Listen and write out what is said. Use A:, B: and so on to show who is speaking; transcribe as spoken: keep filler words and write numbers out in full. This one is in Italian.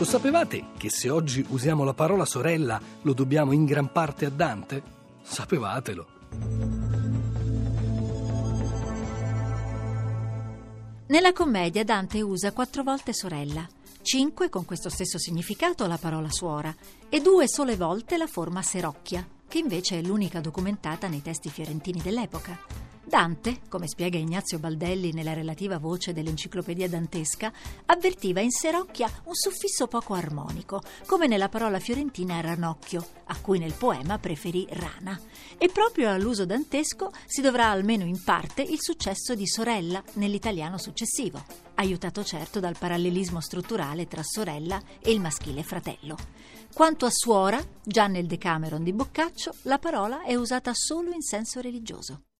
A: Lo sapevate che se oggi usiamo la parola sorella lo dobbiamo in gran parte a Dante? Sapevatelo.
B: Nella commedia Dante usa quattro volte sorella, cinque con questo stesso significato la parola suora e due sole volte la forma serocchia, che invece è l'unica documentata nei testi fiorentini dell'epoca. Dante, come spiega Ignazio Baldelli nella relativa voce dell'Enciclopedia Dantesca, avvertiva in serocchia un suffisso poco armonico, come nella parola fiorentina ranocchio, a cui nel poema preferì rana. E proprio all'uso dantesco si dovrà almeno in parte il successo di sorella nell'italiano successivo, aiutato certo dal parallelismo strutturale tra sorella e il maschile fratello. Quanto a suora, già nel Decameron di Boccaccio, la parola è usata solo in senso religioso.